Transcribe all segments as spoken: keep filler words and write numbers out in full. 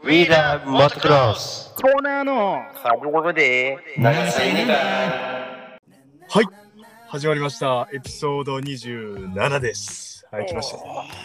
We love motocross コーナーのサブゴムで長瀬にはい始まりました。エピソードにじゅうななです。はい、来ました。い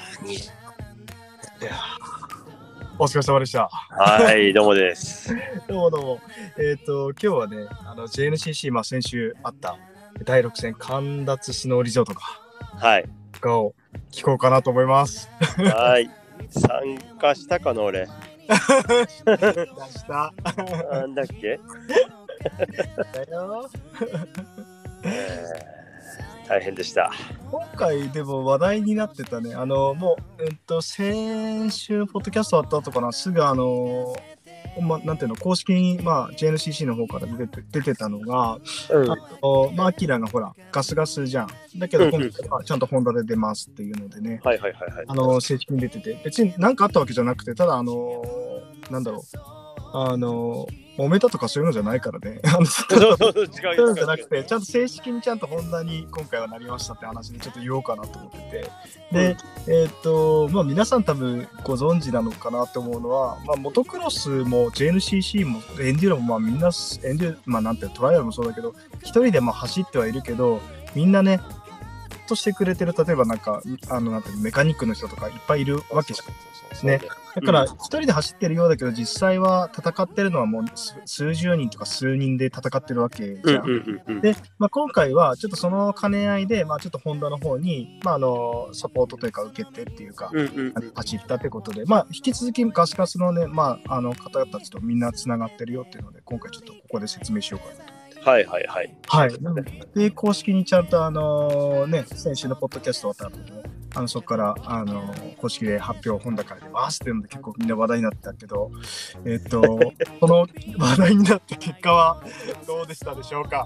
やお疲れ様でした。 はい、どうもです。 どうもどうも。えっ、ー、と今日はね、あの ジェーエヌシーシー、まあ先週あっただいろく戦神立スノーリゾートかはいがを聞こうかなと思います。 はい。参加したかな俺。 出した。 なんだっけ？ だよ。 えー、大変でした。 今回でも話題になってたね。あのもう、えっと、先週ポッドキャストあった後かな、すぐあの、ま、なんていうの、公式に、まあ、ジェーエヌシーシー の方から出て、出てたのが、 うん、 あのまあ、アキラがほらガスガスじゃん。だけど今回はちゃんとホンダで出ますっていうのでね、 はいはいはいはい。 あの正式に出てて、別に何かあったわけじゃなくて、ただあのなんだろう、あの揉めたとかそういうのじゃないからね。あのそうそうそう、違うそういうのじゃなくて、ちゃんと正式にちゃんとホンダに今回はなりましたって話でちょっと言おうかなと思ってて、で、えーっとまあ皆さん多分ご存知なのかなと思うのは、まあモトクロスも ジェーエヌシーシー もエンデューロもまあみんなエンデューまあなんてトライアルもそうだけど、一人でまあ走ってはいるけど、みんなねとしてくれてる、例えばなんかあのなんていうのメカニックの人とかいっぱいいるわけじゃんね。だから一人で走ってるようだけど、実際は戦ってるのはもう数十人とか数人で戦ってるわけじゃん。 うんうんうんうん、 で、まあ、今回はちょっとその兼ね合いで、まあ、ちょっとホンダの方に、まあ、あのサポートというか受けてっていうか、 うんうんうん、 走ったってことで、まあ、引き続きガスガスのね、まあ、あの方たちとみんなつながってるよっていうので、今回ちょっとここで説明しようかなと。 はいはいはい。 はい。で、公式にちゃんとあのね、先週のポッドキャスト終わった後で、あのそこからあの公式で発表本だから出ますっていうので結構みんな話題になってたけど、えっとこの話題になった結果はどうでしたでしょうか？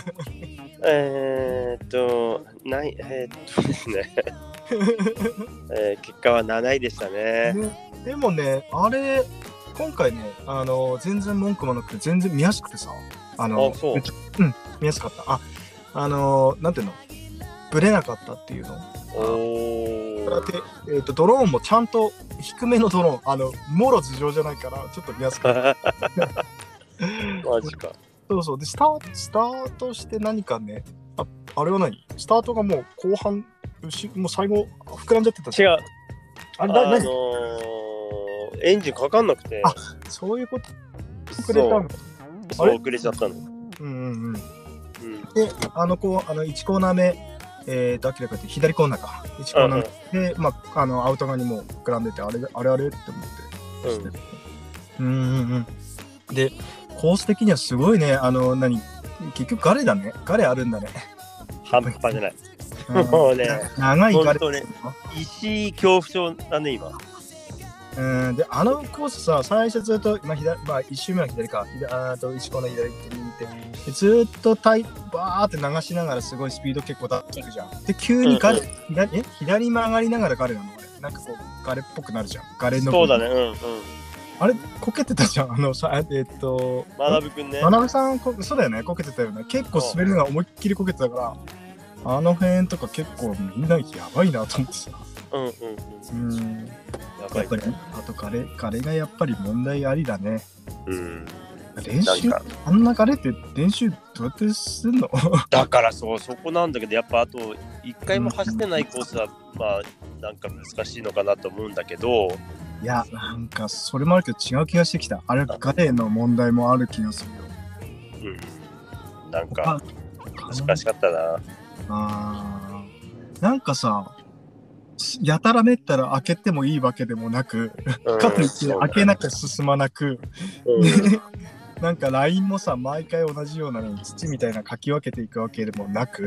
えーっとないえー、っとですね、えー、結果はなないでしたね。 ね、でもね、あれ今回ね、あの全然文句もなくて全然見やすくてさ、あのあ、そう。 うん、見やすかった。あ、あのなんていうの、ブレなかったっていうの。 おだって、えーと、ドローンもちゃんと低めのドローン、あのもろ頭上じゃないからちょっと見やすかった。 マジか。 そうそう。でスタースタートして何かね、ああれは何？スタートがもう後半もう最後膨らんじゃってた。 違う。 あれ、 あのー、エンジンかかんなくて。 あ、そういうこと遅れたの。 そう遅れちゃったの。 うんうんうん。うん、で、あのこうあのいちコーナー目、えーと、明らかに左コーナーか。いちコーナー目で、うんうん、まあ、あのアウト側にも膨らんでて、あれあれあれって思って。うん、うんうんうん。で、コース的にはすごいね。あの、何結局ガレだね。ガレあるんだね。 半端じゃない。もうね、 長いガレ。 ね、石恐怖症だね、今。 うん、で、あのコースさ、最初ずっと、まあ左まあ、いち周目は左か、左あといちコーナー左行って、ずっとタイバーって流しながらすごいスピード結構出してくじゃん。で、急にガレ、うんうん、左え左曲がりながらガレなのあれ。なんかこう、ガレっぽくなるじゃん。ガレの。 そうだね、うんうん。 あれ、こけてたじゃん。あのさ、えっと、 学くんね。 学さん、そうだよね、こけてたよね。結構滑るのが思いっきりこけてたから、あの辺とか結構みんなやばいなと思ってさ。 うんうんうん。うんやっぱり、あとガレ、ガレがやっぱり問題ありだね。 うん。 練習、あんなガレって練習どうやってすんの？ だからそう、そこなんだけど、やっぱあと一回も走ってないコースは、まあ、なんか難しいのかなと思うんだけど、 いや、なんかそれもあるけど違う気がしてきた。あれ、ガレの問題もある気がするよ。 うん。なんか、難しかったな。 あー、なんかさ、やたらめったら開けてもいいわけでもなく、うん、かといって開けなきゃ進まなく、うん、なんかラインもさ毎回同じようなのに土みたいなかき分けていくわけでもなく、うん、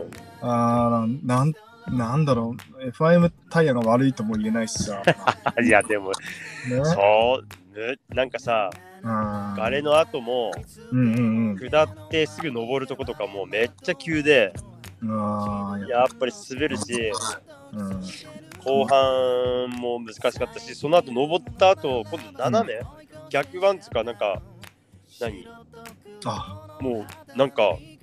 あーなんなんだろう エフアイエム タイヤが悪いとも言えないしさいやでも、ね、そうね、なんかさガレの後も、うんうんうん、下ってすぐ登るとことかもめっちゃ急で、あやっぱり滑るし、うん、後半も難しかったし、その後登った後今度斜め、うん、逆バンツかなんか何あもうなんか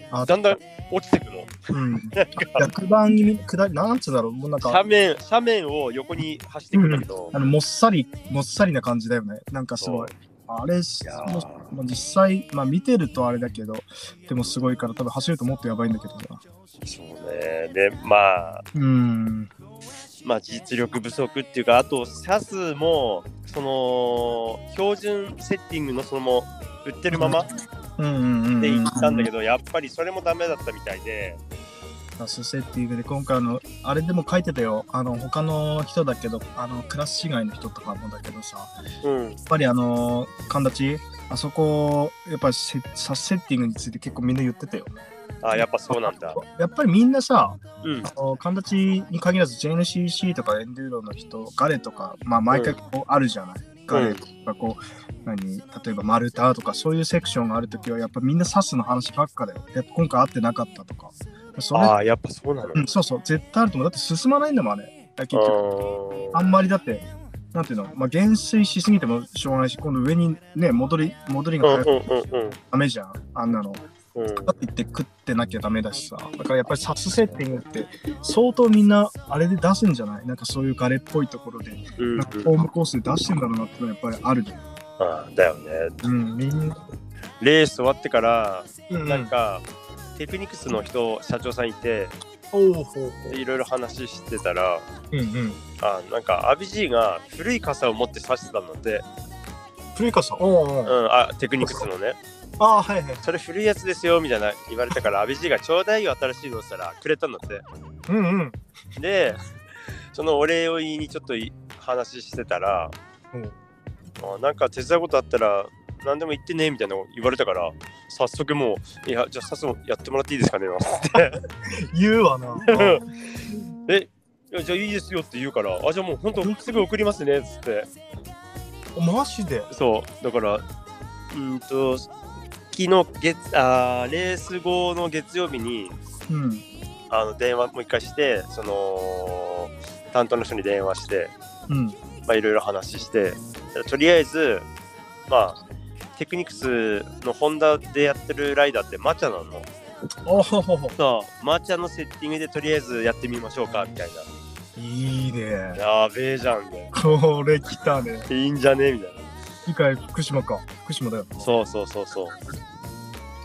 だんだん落ちてくの。うん、 逆番気味下りなんつうんだろうもうなんか斜面斜面を横に走ってくんだけど、 うん、あのもっさりもっさりな感じだよね。なんかすごいあれもう実際まあ見てるとあれだけどでもすごいから多分走るともっとやばいんだけどさ。 そうね。でまあうんまあ実力不足っていうかあとサスもその標準セッティングのそのも売ってるまま、うんで行ったんだけどやっぱりそれもダメだったみたいで。 サスセッティングで今回あのあれでも書いてたよ。あの他の人だけどあのクラス違いの人とかもだけどさ、うん、やっぱりあの神立あそこやっぱりサスセッティングについて結構みんな言ってたよ。 あやっぱそうなんだ。 やっぱりみんなさ、うん、あの神立に限らず ジェーエヌシーシー とかエンデューロの人ガレとかまあ毎回こうあるじゃない、うん、ガレとかこう何例えばマルタとかそういうセクションがあるときはやっぱみんなサスの話ばっかだよ。やっぱ今回会ってなかったとか。 それああやっぱそうなの、 うん、そうそう絶対あると思う。だって進まないんだもんあれ結局 あ, あんまりだってなんていうのまあ減衰しすぎてもしょうがないし今度上にね戻り戻りが早くダメじゃんあんなの。うん、って言って食ってなきゃダメだしさだからやっぱりサスセッティングって相当みんなあれで出すんじゃないなんかそういうガレっぽいところで、うんうん、なんかホームコースで出してんだろうなってのはやっぱりあるじゃん。 ああだよね、うん、みんなレース終わってから、うん、なんかテクニクスの人社長さんいていろいろ話してたら、うんうん、あなんかアビジーが古い傘を持って差してたので古い傘おうおう、うん、あテクニクスのねあはいはいそれ古いやつですよみたいな言われたからアビジーがちょうだいよ新しいのしたらくれたんだってうんうんでそのお礼を言いにちょっと話してたら、うん、あなんか手伝うことあったら何でも言ってねみたいなの言われたから早速もういやじゃあ早速やってもらっていいですかねって言うわなえいやじゃあいいですよって言うからあじゃあもう本当すぐ送りますねっつってマジでそうだからうんと昨日月あレース後の月曜日に、うん、あの電話もう一回してその担当の人に電話して、うんまあ、いろいろ話してとりあえずまあテクニクスのホンダでやってるライダーってマチャなの。おほほほそうマチャのセッティングでとりあえずやってみましょうかみたいな。 いいね。 やべえじゃんね。 これ来たね。 いいんじゃねみたいな。 次回福島か。福島だよ。 そうそうそうそう。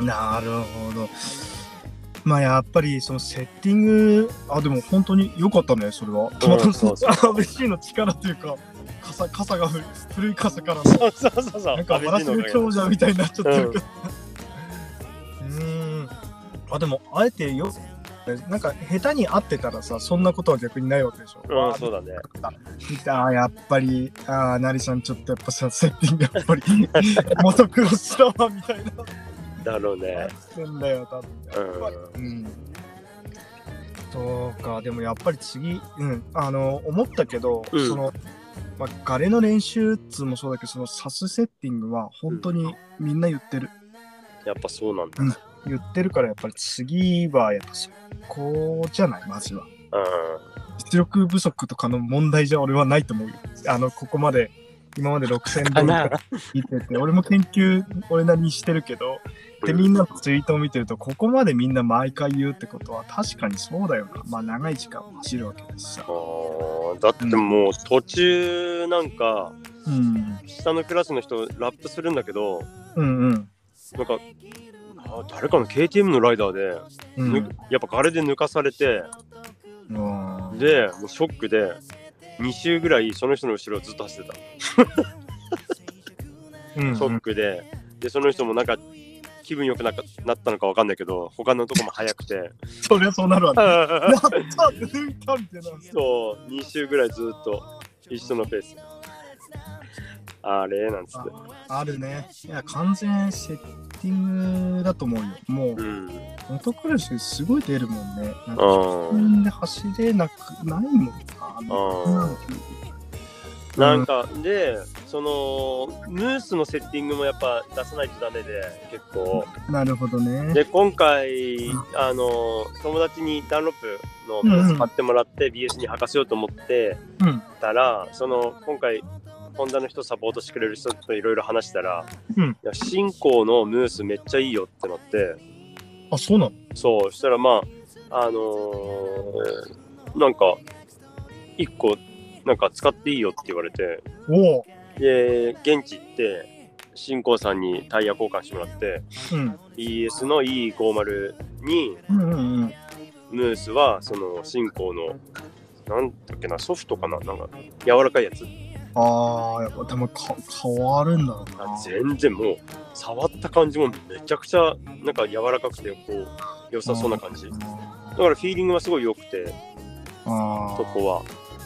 なるほど。まあやっぱりそのセッティングあでも本当に良かったねそれは。たまたまアビジーの力というか。傘, 傘が古い傘からのそうそうそうそうなんか私の長者みたいになっちゃってるけどうん、んあでもあえてよなんか下手に合ってたらさそんなことは逆にないわけでしょ。 うんそうだね。 あやっぱりあなりさんちょっとやっぱさセッティングやっぱりモトクロスだわみたいなだろうね。 んだよ多分、うん、そうかでもやっぱり次、うん、あの思ったけど、うん、そのまあ、ガレの練習っつもそうだけどそのサスセッティングは本当にみんな言ってる、 うん、やっぱそうなんだ、 うん、言ってるからやっぱり次はやっぱそこじゃないまずは、うん、実力不足とかの問題じゃ俺はないと思うよ。あのここまで今までろくせんどん見てて俺も研究俺なりにしてるけどでみんなのツイートを見てるとここまでみんな毎回言うってことは確かにそうだよな。まあ長い時間走るわけですさ。 あだってもう途中なんか、うん、下のクラスの人ラップするんだけど、うんうん、なんかあ誰かの ケーティーエム のライダーで、うん、やっぱガレで抜かされて、うん、でもうショックでに周ぐらいその人の後ろをずっと走ってたうん、うん、ショックででその人もなんか気分良くなったのか分かんないけど他のとこも速くてそりゃそうなるわねなったって抜いたみたいなそうに周ぐらいずっと一緒のペースあれなんつってあ, あるね。いや完全セッティングだと思うよもう、うん、モトクロスすごい出るもんね。なんか自分で走れなくないもんなあなんか、うん、でそのムースのセッティングもやっぱ出さないとダメで結構なるほどね。 で今回、うん、あの友達にダンロップのムース買ってもらって、うん、ビーエス に履かせようと思ってたら、うん、その今回ホンダの人サポートしてくれる人といろいろ話したら、うん、いや新興のムースめっちゃいいよってなってあ、そうなの？ そう、そしたらまあ、あのー、なんか、一個、なんか使っていいよって言われて、 おお。 で、現地行って、新興さんにタイヤ交換してもらって、 うん、 イーエス の イーごじゅう に、 うんうんうん、 ムースは、その、新興の、なんだっけな、ソフトかな、なんか、柔らかいやつ。 ああ、やっぱでもか変わるんだろうな。 全然もう、触った感じもめちゃくちゃ、なんか柔らかくて、こう、良さそうな感じ。だからフィーリングはすごい良くて、 あそこは。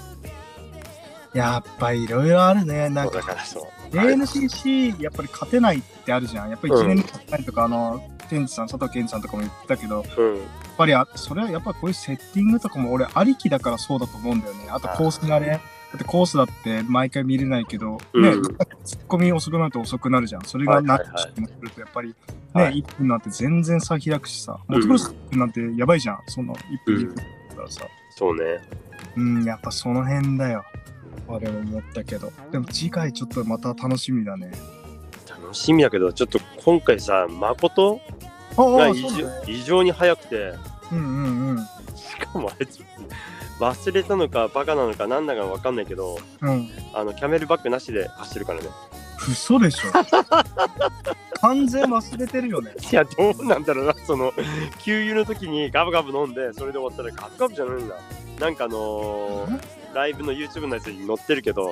やっぱいろいろあるね。なんか、 だからそう。 エーエヌシーシー やっぱり勝てないってあるじゃん。やっぱりいちねんに勝てないとか、うん、あの、天智さん、佐藤健さんとかも言ってたけど、うん、やっぱりあ、それはやっぱりこういうセッティングとかも俺ありきだからそうだと思うんだよね。あとコースがね。だってコースだって毎回見れないけど、うん、ね、ツッコミ遅くなると遅くなるじゃん。それがなってくると、やっぱりね、はい、いっぷんなんて全然差開くしさ。モトクロスなんてやばいじゃん。そのいっぷん、にふんだからさ。 そうね。 うん、やっぱその辺だよ。あれも思ったけど。でも次回ちょっとまた楽しみだね。 楽しみだけど、ちょっと今回さ、誠が異常、ね、異常に速くて。 うんうんうん。 しかもあいつ、忘れたのかバカなのか何だか分かんないけど、うん、あのキャメルバッグなしで走るからね。 嘘でしょ。完全忘れてるよね。 いや、どうなんだろうな、その給油の時にガブガブ飲んで、それで終わったらガブガブじゃないんだ。なんかあのー、ライブの YouTube のやつに載ってるけど、うん、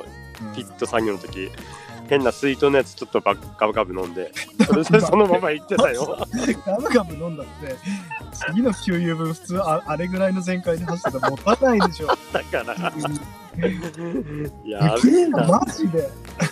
ピット作業の時、変な水筒のやつちょっとガブガブ飲んで、それでそのまま行ってたよ。 ガブガブ飲んだって、次の給油分普通 あ, あれぐらいの全開で走ってたら持たないでしょ。 だから。 やべえな、マジで。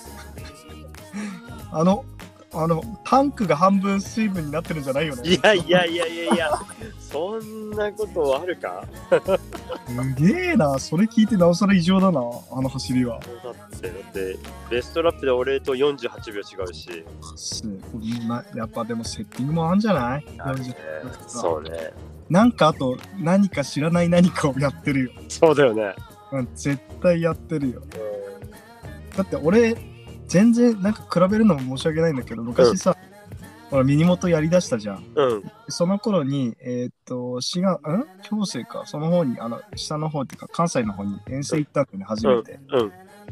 あの、あの、タンクが半分水分になってるんじゃないよね。 いやいやいやいやいや、そんなことあるか。 すげえな、それ聞いてなおさら異常だな、あの走りは。 だって、だってベストラップで俺とよんじゅうはちびょう違うし。 すなやっぱでもセッティングもあるんじゃない？ ね、そうね。 なんかあと何か知らない何かをやってるよ。 そうだよね。 うん、絶対やってるよ。だって俺全然なんか比べるのも申し訳ないんだけど、昔さ、うん、ほらミニモトやりだしたじゃん。うん、その頃にえー、っと滋賀ん京成かその方にあの下の方っていうか関西の方に遠征行ったんだよね、初めて。うんうん、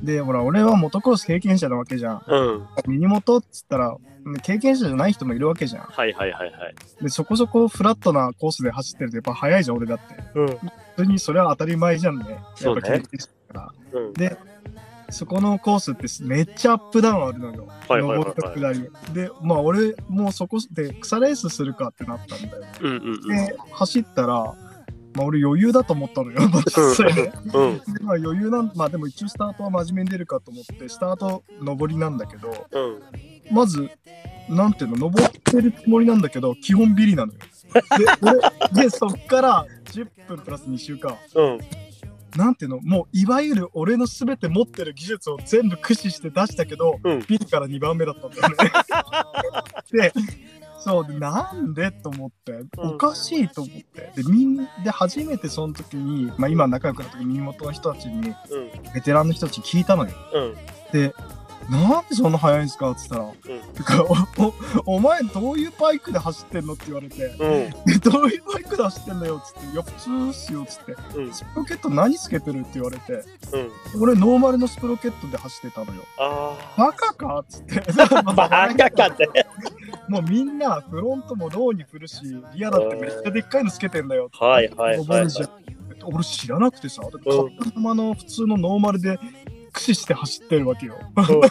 でほら俺はモトクロス経験者なわけじゃん。うん、ミニモトっつったら経験者じゃない人もいるわけじゃん。 はいはいはいはい。 でそこそこフラットなコースで走ってるとやっぱ速いじゃん俺だって。うん、普通にそれは当たり前じゃんね。やっぱ経験者だから。うん、でそこのコースってめっちゃアップダウンあるのよ。はいはいはいはい、登った下り。で、まあ俺もうそこで草レースするかってなったんだよ。うんうんうん、で、走ったら、まあ俺余裕だと思ったのよ。実際ね。うん、まあ余裕なん、まあでも一応スタートは真面目に出るかと思って、スタート上りなんだけど、うん、まず、なんていうの、上ってるつもりなんだけど、基本ビリなのよ。で、俺、で、そっからじゅっぷんプラスにしゅうかん。うんなんていうのもういわゆる俺のすべて持ってる技術を全部駆使して出したけど、うん、ビリからにばんめだったんだよね。で、そうでなんでと思って、うん、おかしいと思ってでみんなで初めてその時に、まあ、今仲良くなった時身元の人たちに、うん、ベテランの人たちに聞いたのよ。うん、でなんでそんな速いんですかって言ったら、うん、お, お, お前どういうバイクで走ってんのって言われて、うん、どういうバイクで走ってんだよっつって、いや普通っすよっつって、うん、スプロケット何つけてるって言われて、うん、俺ノーマルのスプロケットで走ってたのよ。あバカかっつってバカかってもうみんなフロントもローに振るしリアだってめっちゃでっかいのつけてんだよって、 はいはいはい、はい、 俺知らなくてさ、カップ玉の普通のノーマルで駆使して走ってるわけよ。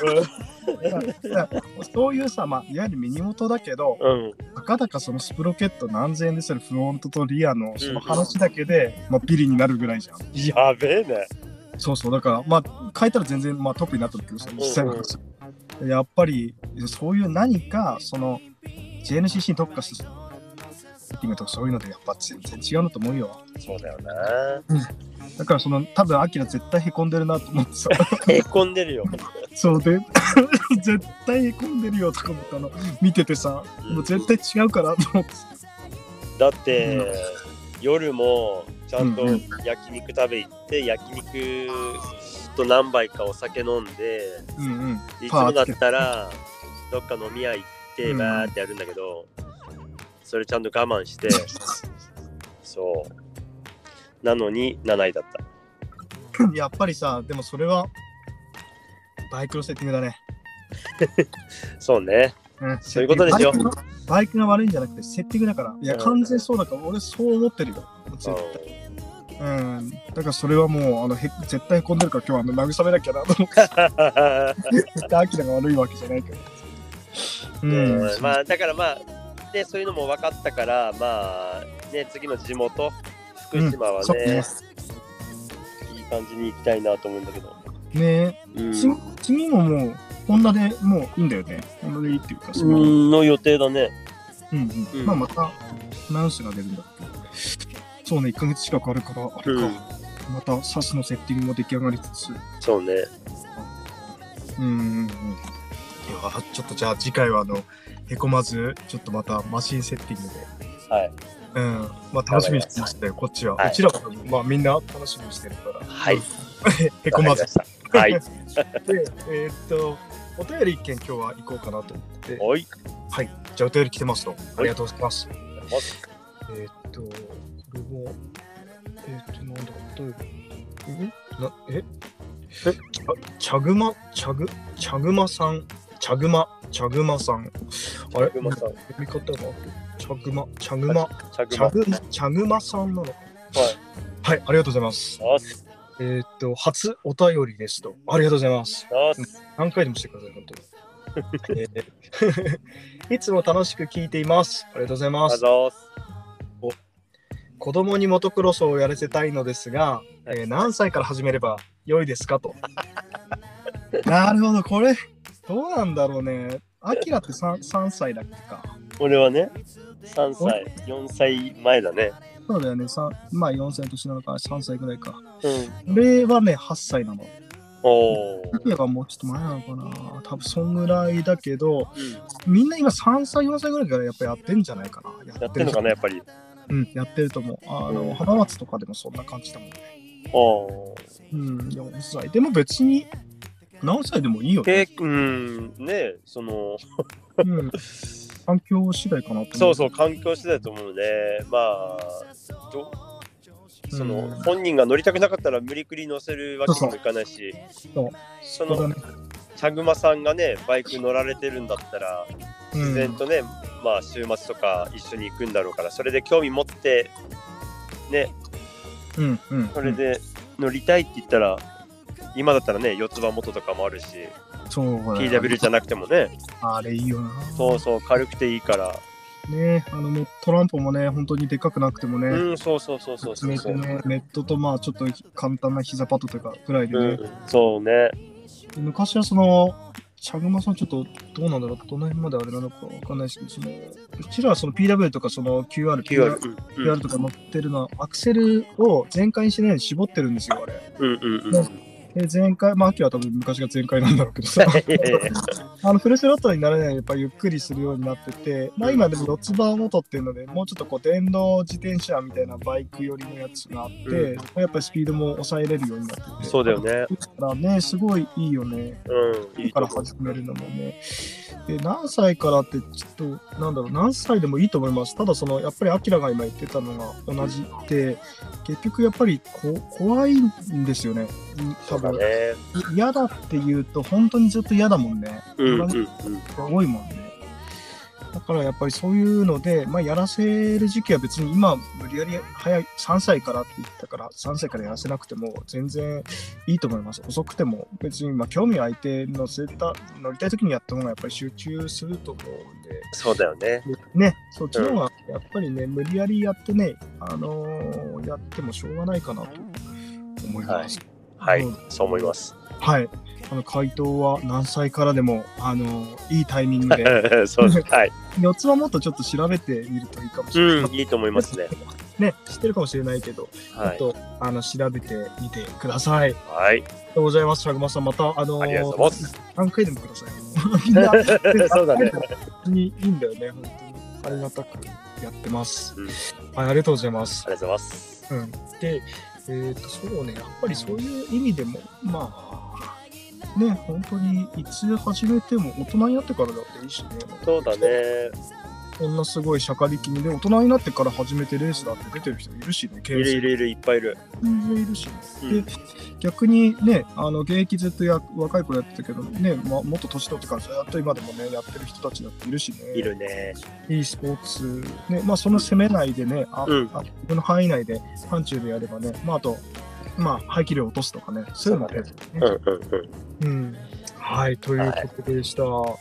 そういうさ、まあ、いわゆるミニモトだけど、うん、たかだかそのスプロケット何千円でするフロントとリアのその話だけで、うん、まあ、ビリになるぐらいじゃん。 やべえね。 そうそう、だから、まあ、変えたら全然、まあ、トップになったんだけどさ、実際の話。うんうん、やっぱり、そういう何か、その、ジェイエヌシーシー に特化したとかそういうのでやっぱ全然違うのと思うよ。 そうだよね。 うん、だからその多分アキラ絶対へこんでるなと思ってさ。 へこんでるよ。 そうで絶対へこんでるよとか思ったの見ててさ、うん、もう絶対違うからと思って。 だって、うん、夜もちゃんと焼肉食べ行って、うんうん、焼肉と何杯かお酒飲んで、うんうん、いつもだったらどっか飲み屋行ってバーってやるんだけど。うんそれちゃんと我慢してそうなのになないだった。 やっぱりさ、でもそれはバイクのセッティングだね。 そうね、うん、そういうことですよ。 バイクが悪いんじゃなくてセッティングだから。いや、完全そうだから、俺そう思ってるよ。絶対。うん。だからそれはもう、あの、へ絶対へこんでるから今日はあの慰めなきゃなと思って。絶対アキラが悪いわけじゃないから。 うん。うん、まあ、だからまあ、で、そういうのも分かったから、まあ、ね、次の地元、福島はね、うん、ねいい感じに行きたいなと思うんだけど。 ねえ、うん、次ももう、ホンダでもういいんだよね。ホンダでいいっていうか、 そのの予定だね。 うんうん。うん、まあ、また、アナウンスが出るんだけど。そうね、いっかげつ近くあるから、あれか。うん、また、サスのセッティングも出来上がりつつ。 そうね。 うんうんうん。いや、ちょっとじゃあ次回は、あの、へこまず、ちょっとまたマシンセッティングで。 はい。 うん。まあ、楽しみにしてましたよ、こっちは。はい、うちらは、まあ、みんな楽しみにしてるから。 はい。 へこまず。 はい。 で、えー、っと、お便り一件今日は行こうかなと思って。 はい。 はい。じゃあお便り来てますと。ありがとうございます。えー、っと、これも、えー、っと、なんだろう、お便り。えなええチャグマ、チャグ、チャグマさん、チャグマ、チャグマさん。あれ読み方がチャグマ、チャグマ、チャグマ、チャグマさんなのか。はい。はい、ありがとうございます。えー、っと、初お便りですと。ありがとうございます。何回でもしてください、本当に。えー、いつも楽しく聞いています。ありがとうございます。お子供にモトクロスをやらせたいのですが、えー、何歳から始めれば良いですかと。なるほど、これ、どうなんだろうね。アキラって 3, さんさいだっけか。 俺はね、さんさい、よんさいまえだね。 そうだよね、まあよんさい年なのかさんさいぐらいか。うん、俺はね、はっさいなの。 おー。アキラがもうちょっと前なのかな。多分そんぐらいだけど、うん、みんな今さんさい、よんさいぐらいからやっぱやってんじゃないかな。 やってるのかな、やっぱり。 うん、やってると思う。あの、うん、浜松とかでもそんな感じだもんね。 おうん、よんさい。でも別に何歳でもいいよね。 えー、うん、ねその、 うん、環境次第かなと思う。 そうそう、環境次第だと思うね。まあ、どその、うん、本人が乗りたくなかったら無理くり乗せるわけにもいかないし、 そうその、ね、チャグマさんがね、バイク乗られてるんだったら、自然とね、うん、まあ週末とか一緒に行くんだろうから、それで興味持ってね、 うんうん、 それで乗りたいって言ったら、今だったらね、四つ葉元とかもあるし、 そう、 ピーダブリュー じゃなくてもね、 あれいいよな。 そうそう、軽くていいから。 ね、あのもうトランプもね、本当にでかくなくてもね、 うん、そうそうそうそうそうそう、 ね、ネットとまあちょっと簡単な膝パッドとかくらいでね、うん、 そうね。 昔はそのチャグマさんちょっとどうなんだろう、どの辺まであれなのかわかんないですけど、そのうちらはその ピーダブリュー とかその キューアール、 キューアール、 キューアール とか乗ってるのは、アクセルを全開にしないように絞ってるんですよ、あれ。 うんうんうん。 で前回、まあ、秋は多分昔が前回なんだろうけどさ、あのフルスロットにならないようにやっぱりゆっくりするようになってて、まあ今でも四つ葉元っていうので、もうちょっとこう電動自転車みたいなバイク寄りのやつがあって、うん、やっぱりスピードも抑えれるようになってて、 そうだよね。 だからね、すごいいいよね。 うん、いいから始めるのもね。で、何歳からってちょっと、なんだろう、何歳でもいいと思います。ただその、やっぱりアキラが今言ってたのが同じで、結局やっぱりこ怖いんですよね。多分。嫌だって言うと本当にずっと嫌だもんね。 うんうんうん、 多いもんね。だからやっぱりそういうので、まあ、やらせる時期は別に今無理やり早いさんさいからって言ったからさんさいからやらせなくても全然いいと思います。遅くても別にまあ興味相手乗せた乗りたい時にやった方がやっぱり集中すると思うんで。 そうだよね。 ね、そっちの方がやっぱりね、うん、無理やりやってね、あのー、やってもしょうがないかなと思います。 はい、はい、そう思います。 はい。あの回答は何歳からでも、あのいいタイミングでそうです、はい、 よっつはもっとちょっと調べてみるといいかもしれない、 うん、いいと思いますね。 ね、知ってるかもしれないけど、はい、ちょっとあの調べてみてください。 はい。ありがとうございます。シャグマさん、またあのー、 ありがとうございます。 何回でもください。 そうだね。 本当にいいんだよね、本当にありがたくやってます。うん、はい、ありがとうございます。 ありがとうございます。 うん、で、えーと、そうね、やっぱりそういう意味でも、まあ。ね、本当にいつ始めても大人になってからだっていいしね。 そうだね。 こんなすごいしゃかりきにで大人になってから始めてレースだって出てる人いるしね。 いるいるいるいっぱいいる。 全然いるし、ねうん、 で逆にねあの現役ずっとや若い子やってたけどね、ま、もっと年取ってからずっと今でもねやってる人たちだっているしね。 いるね。 いいスポーツね、まあその攻めないでね、あ、うん、あ自分の範囲内で範疇でやればね、まああとまあ排気量を落とすとかね、そういうのもね。 うんうんうん。 うん、はいということでした。はい、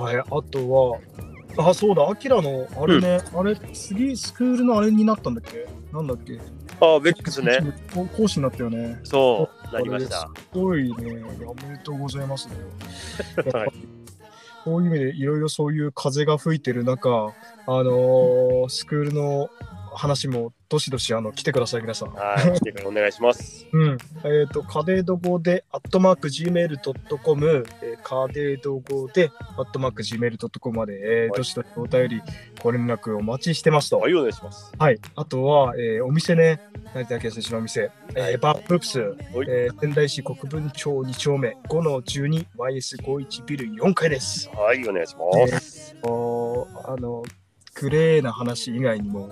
はい、あとは。あ、そうだ、アキラのあれね、うん、あれ次スクールのあれになったんだっけ？なんだっけ？ あ、ベックスね。 講師になったよね。 そう、なりました。 すごいね、おめでとうございますね。はい、そういう意味でいろいろそういう風が吹いてる中、あのー、スクールの話もどしどしあの来てください皆さん。 はい、来てくださいお願いします。 うん。えっ、ー、とカデード語でアットマーク ジーメールドットコム、えー、カデード語でアットマーク ジーメールドットコム まで、えー、どしどしお便りご連絡お待ちしてますと。 はい、お願いします。 はい。あとは、えー、お店ね、成田明選手のお店、えー、バップープス、えー、仙台市国分町に丁目 ごのじゅうにワイエスごじゅういち ビルよんかいです。 はい、お願いします。 えー、おあのグレーな話以外にも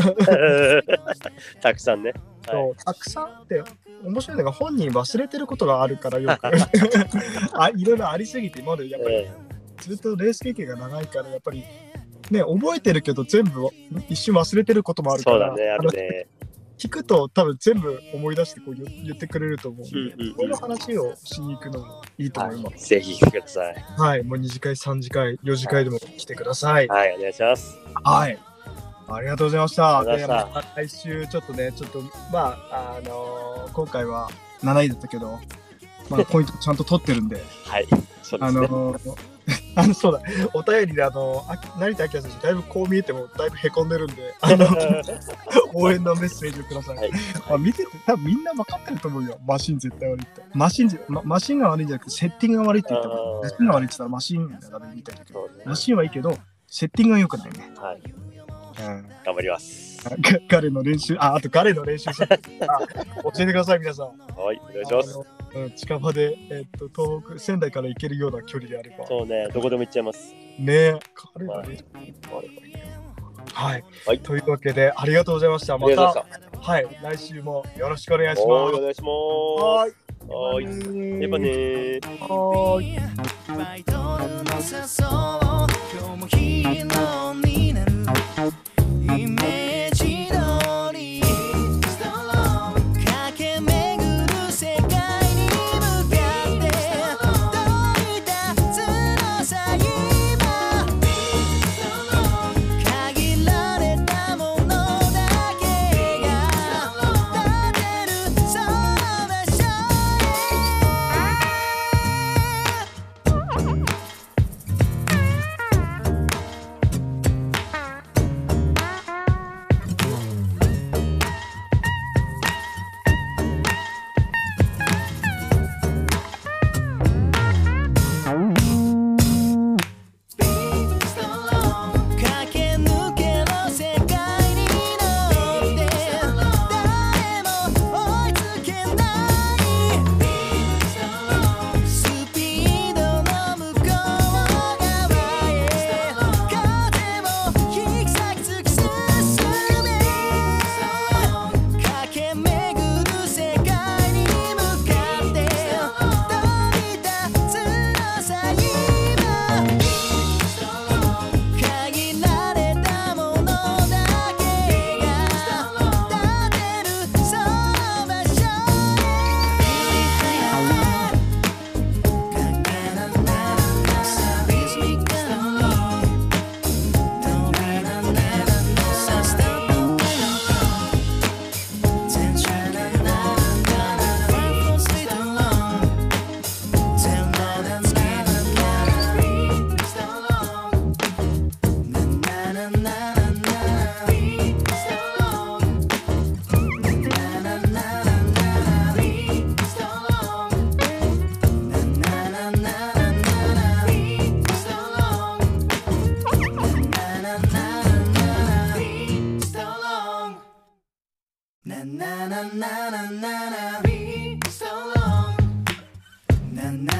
たくさんね、 はい、たくさんって面白いのが本人忘れてることがあるからよくあいろいろありすぎてまだやっぱりずっとレース経験が長いからやっぱりね覚えてるけど全部一瞬忘れてることもあるから。 そうだね、あるね。 聞くと多分全部思い出してこう言ってくれると思うんで、うんうんうん、この話をしに行くのもいいと思います。 はい、ぜひ来てください。 はい、もうに次会さん次会よん次会でも来てください。 はい、お願いします。 はい、ありがとうございました。 ありがとうございました。来週ちょっとねちょっとまああのー、今回はなないだったけど、まあポイントちゃんと取ってるんで、 はい、そうですね。あのーあのそうだお便りであの成田明選手だいぶこう見えてもだいぶへこんでるんであの応援のメッセージをください、はい、あ見てて多分みんな分かってると思うよ。マシン絶対悪いってマシン、ま、マシンが悪いんじゃなくてセッティングが悪いって言ったらマシンが悪いって言ったらマシンがダメみたいだけど、ね、マシンはいいけどセッティングが良くないね。 はい、うん、頑張ります。 彼の練習ああと彼の練習教えてください皆さん。 はい、お願いします。 うん、近場で、えー、っと東北仙台から行けるような距離であればそうねどこでも行っちゃいますね。彼がね、はい、はい、というわけでありがとうございました。またはい来週もよろしくお願いします。 お願いします。 はいはいやっぱねー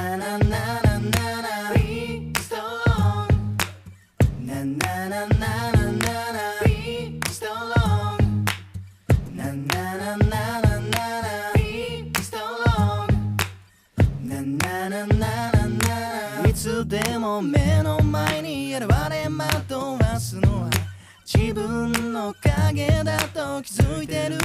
ななな現れ惑わすのは自分の影だと気づいてる。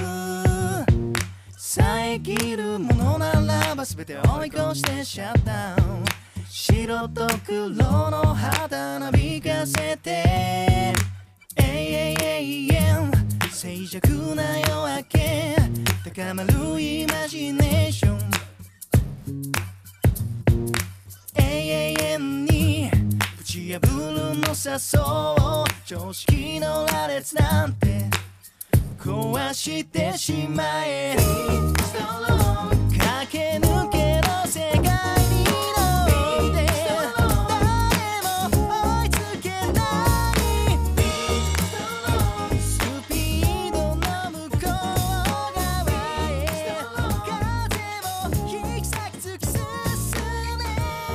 遮るものならば全て追い越してシャットダウン。白と黒の肌なびかせて永遠静寂な夜明け高まるイマジネーション。永遠にぶち破るのさそう常識の羅列なんて壊してしまえ。駆け抜けの世界に乗って誰も追いつけないスピードの向こう側へ風も引き裂き突き進め。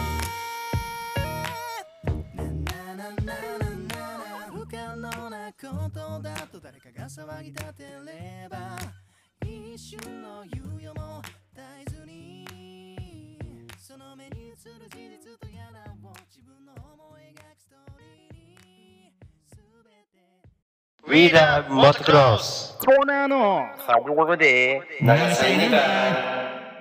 なななななな不可能なことだと誰かが騒ぎ立てれば一瞬の猶予も絶えずにその目に映る事実とやらを自分の思い描くストーリーに全て We love motocross. コーナーの長さいネタ